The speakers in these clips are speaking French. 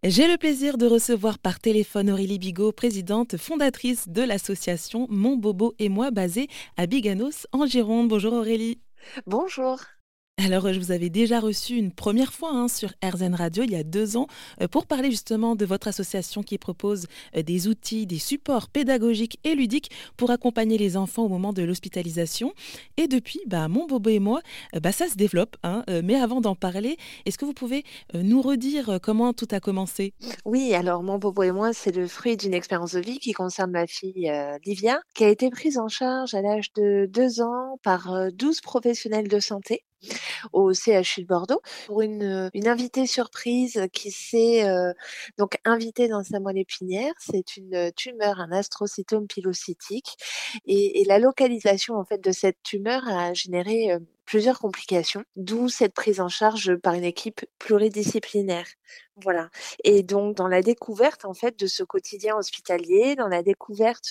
J'ai le plaisir de recevoir par téléphone Aurélie Bigot, présidente fondatrice de l'association Mon Bobo et moi, basée à Biganos, en Gironde. Bonjour Aurélie. Bonjour. Alors, je vous avais déjà reçu une première fois sur RZN Radio il y a 2 ans pour parler justement de votre association qui propose des outils, des supports pédagogiques et ludiques pour accompagner les enfants au moment de l'hospitalisation. Et depuis, Mon Bobo et moi, ça se développe. Mais avant d'en parler, est-ce que vous pouvez nous redire comment tout a commencé? Oui, alors mon bobo et moi, c'est le fruit d'une expérience de vie qui concerne ma fille Livia, qui a été prise en charge à l'âge de 2 ans par 12 professionnels de santé au CHU de Bordeaux pour une invitée surprise qui s'est donc invitée dans sa moelle épinière. C'est une tumeur, un astrocytome pilocytique et la localisation en fait de cette tumeur a généré plusieurs complications, d'où cette prise en charge par une équipe pluridisciplinaire. Voilà. Et donc dans la découverte en fait de ce quotidien hospitalier, dans la découverte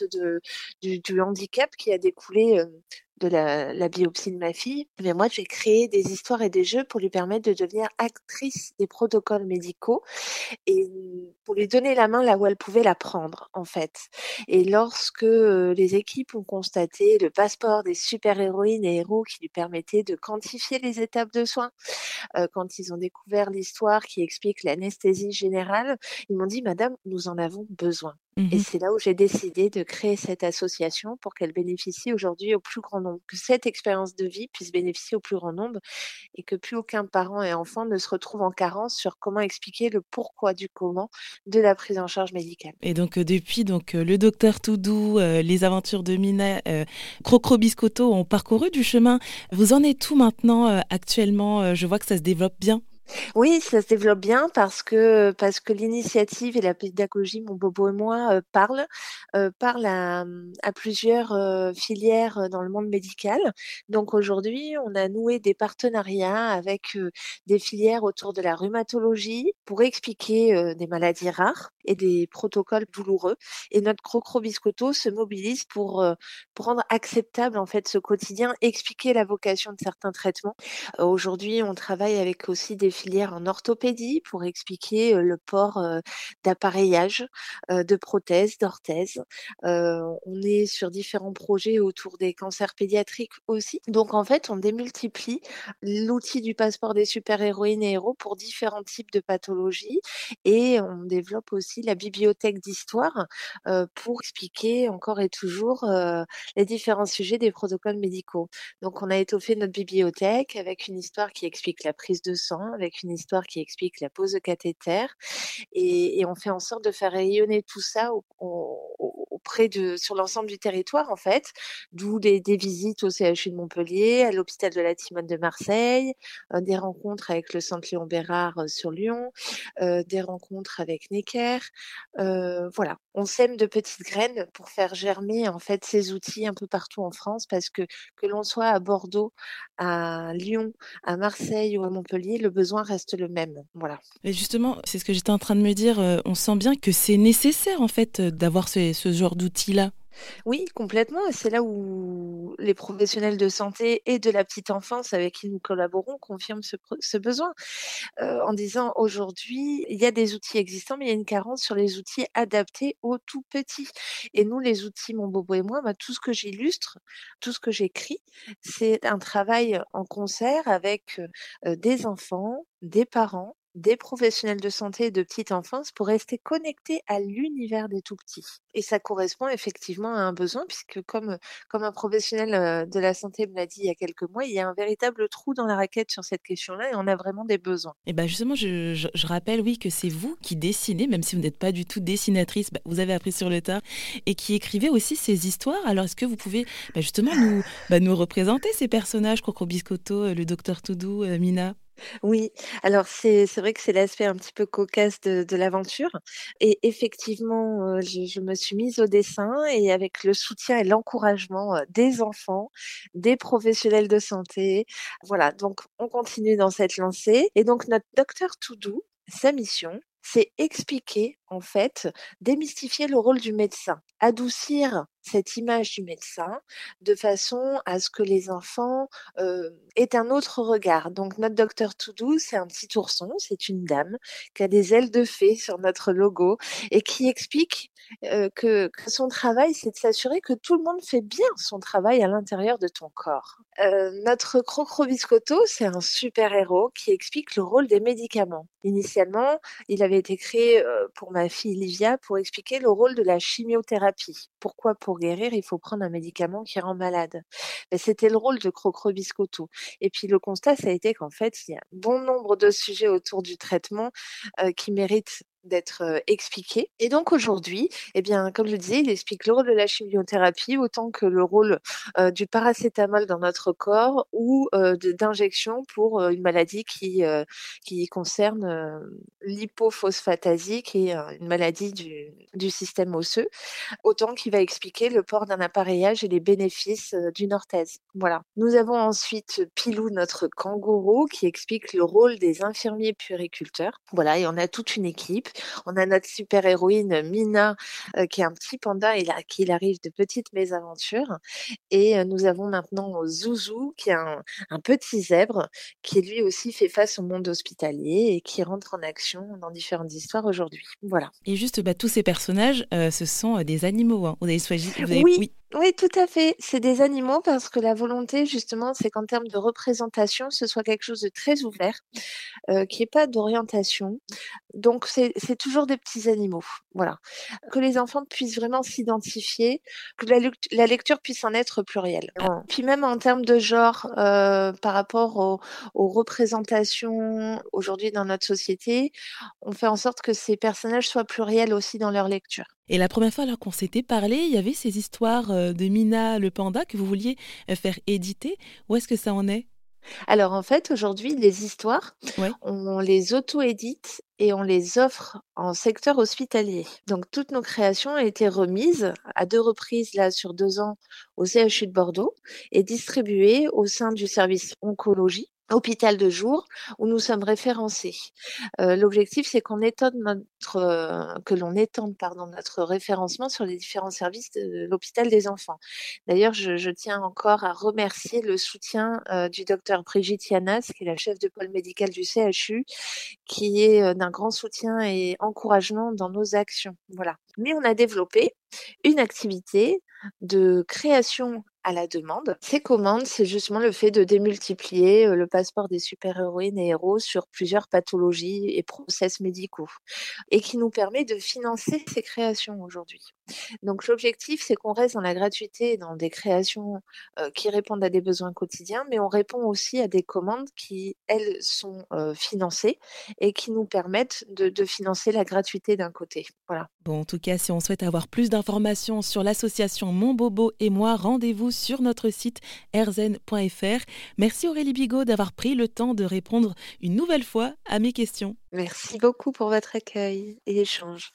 du handicap qui a découlé de la biopsie de ma fille, mais moi j'ai créé des histoires et des jeux pour lui permettre de devenir actrice des protocoles médicaux et pour lui donner la main là où elle pouvait la prendre, en fait. Et lorsque, les équipes ont constaté le passeport des super-héroïnes et héros qui lui permettait de quantifier les étapes de soins, quand ils ont découvert l'histoire qui explique l'anesthésie générale, ils m'ont dit: «Madame, nous en avons besoin». Et Mhm. c'est là où j'ai décidé de créer cette association pour qu'elle bénéficie aujourd'hui au plus grand nombre, que cette expérience de vie puisse bénéficier au plus grand nombre et que plus aucun parent et enfant ne se retrouve en carence sur comment expliquer le pourquoi du comment de la prise en charge médicale. Et donc depuis le docteur Toudou, les aventures de Mina, Crocro Biscotto ont parcouru du chemin. Vous en êtes où maintenant, actuellement? Je vois que ça se développe bien. Oui, ça se développe bien parce que l'initiative et la pédagogie Mon Bobo et moi, parlent à plusieurs, filières, dans le monde médical. Donc aujourd'hui, on a noué des partenariats avec, des filières autour de la rhumatologie pour expliquer, des maladies rares et des protocoles douloureux et notre Crocro Biscotto se mobilise pour rendre acceptable, en fait, ce quotidien, expliquer la vocation de certains traitements. Aujourd'hui, on travaille avec aussi des filières en orthopédie pour expliquer, le port, d'appareillages, de prothèses, d'orthèses. On est sur différents projets autour des cancers pédiatriques aussi. Donc en fait, on démultiplie l'outil du passeport des super-héroïnes et héros pour différents types de pathologies et on développe aussi la bibliothèque d'histoire, pour expliquer encore et toujours, les différents sujets des protocoles médicaux. Donc on a étoffé notre bibliothèque avec une histoire qui explique la prise de sang, avec une histoire qui explique la pose de cathéter et on fait en sorte de faire rayonner tout ça auprès de sur l'ensemble du territoire en fait, d'où des visites au CHU de Montpellier, à l'hôpital de la Timone de Marseille, des rencontres avec le centre Léon Bérard, sur Lyon, des rencontres avec Necker. Voilà, on sème de petites graines pour faire germer en fait ces outils un peu partout en France parce que l'on soit à Bordeaux, à Lyon, à Marseille ou à Montpellier, le besoin reste le même. Voilà. Et justement, c'est ce que j'étais en train de me dire, on sent bien que c'est nécessaire en fait, d'avoir ce genre d'outils-là. Oui, complètement et c'est là où les professionnels de santé et de la petite enfance avec qui nous collaborons confirment ce besoin. En disant: «Aujourd'hui, il y a des outils existants, mais il y a une carence sur les outils adaptés aux tout petits» et nous, les outils Mon Bobo et moi, tout ce que j'illustre, tout ce que j'écris, c'est un travail en concert avec, des enfants, des parents, des professionnels de santé et de petite enfance pour rester connectés à l'univers des tout petits et ça correspond effectivement à un besoin puisque comme un professionnel, de la santé me l'a dit il y a quelques mois, il y a un véritable trou dans la raquette sur cette question-là et on a vraiment des besoins. Et justement, je rappelle, oui, que c'est vous qui dessinez, même si vous n'êtes pas du tout dessinatrice, vous avez appris sur le tard, et qui écrivez aussi ces histoires. Alors, est-ce que vous pouvez justement nous représenter ces personnages, Crocro Biscotto, le docteur Toudou, Mina? Oui, alors c'est vrai que c'est l'aspect un petit peu cocasse de l'aventure et effectivement, je me suis mise au dessin et avec le soutien et l'encouragement, des enfants, des professionnels de santé. Voilà, donc on continue dans cette lancée et donc notre docteur Toudou, sa mission, c'est expliquer en fait, démystifier le rôle du médecin, adoucir cette image du médecin de façon à ce que les enfants aient un autre regard. Donc notre docteur Toudou, c'est un petit ourson, c'est une dame qui a des ailes de fée sur notre logo et qui explique que son travail, c'est de s'assurer que tout le monde fait bien son travail à l'intérieur de ton corps. Notre Crocro Biscotto, c'est un super-héros qui explique le rôle des médicaments. Initialement, il avait été créé pour ma fille Livia pour expliquer le rôle de la chimiothérapie. Pourquoi pour guérir, il faut prendre un médicament qui rend malade. Mais c'était le rôle de Crocro Biscotto. Et puis le constat, ça a été qu'en fait, il y a bon nombre de sujets autour du traitement qui méritent d'être expliqués. Et donc aujourd'hui, eh bien, comme je disais, il explique le rôle de la chimiothérapie autant que le rôle du paracétamol dans notre corps ou d'injection pour une maladie qui concerne l'hypophosphatasie, qui est une maladie du système osseux, autant qu'il va expliquer le port d'un appareillage et les bénéfices d'une orthèse. Voilà. Nous avons ensuite Pilou, notre kangourou, qui explique le rôle des infirmiers puériculteurs. Voilà, et on a toute une équipe. On a notre super-héroïne Mina, qui est un petit panda et à qui il arrive de petites mésaventures. Et nous avons maintenant Zouzou, qui est un petit zèbre, qui lui aussi fait face au monde hospitalier et qui rentre en action dans différentes histoires aujourd'hui. Voilà. Et juste, tous ces personnages, ce sont des animaux. Hein. Oui, Oui. oui, tout à fait. C'est des animaux parce que la volonté, justement, c'est qu'en termes de représentation, ce soit quelque chose de très ouvert, qu'il n'y ait pas d'orientation. Donc, c'est toujours des petits animaux. Voilà. Que les enfants puissent vraiment s'identifier, que la lecture puisse en être plurielle. Puis même en termes de genre, par rapport aux représentations aujourd'hui dans notre société, on fait en sorte que ces personnages soient pluriels aussi dans leur lecture. Et la première fois alors qu'on s'était parlé, il y avait ces histoires de Mina le panda que vous vouliez faire éditer. Où est-ce que ça en est ? Alors en fait, aujourd'hui, les histoires, Ouais. on les auto-édite et on les offre en secteur hospitalier. Donc toutes nos créations ont été remises à 2 reprises là sur 2 ans au CHU de Bordeaux et distribuées au sein du service oncologie, hôpital de jour, où nous sommes référencés. L'objectif, c'est que l'on étende notre référencement sur les différents services de l'hôpital des enfants. D'ailleurs, je tiens encore à remercier le soutien du docteur Brigitte Yanas, qui est la chef de pôle médical du CHU, qui est d'un grand soutien et encouragement dans nos actions. Voilà. Mais on a développé une activité de création à la demande. Ces commandes, c'est justement le fait de démultiplier le passeport des super-héroïnes et héros sur plusieurs pathologies et process médicaux et qui nous permet de financer ces créations aujourd'hui. Donc l'objectif, c'est qu'on reste dans la gratuité, dans des créations qui répondent à des besoins quotidiens, mais on répond aussi à des commandes qui, elles, sont financées et qui nous permettent de financer la gratuité d'un côté. Voilà. Bon, en tout cas, si on souhaite avoir plus d'informations sur l'association Mon Bobo et moi, rendez-vous sur notre site erzen.fr. Merci Aurélie Bigot d'avoir pris le temps de répondre une nouvelle fois à mes questions. Merci beaucoup pour votre accueil et échange.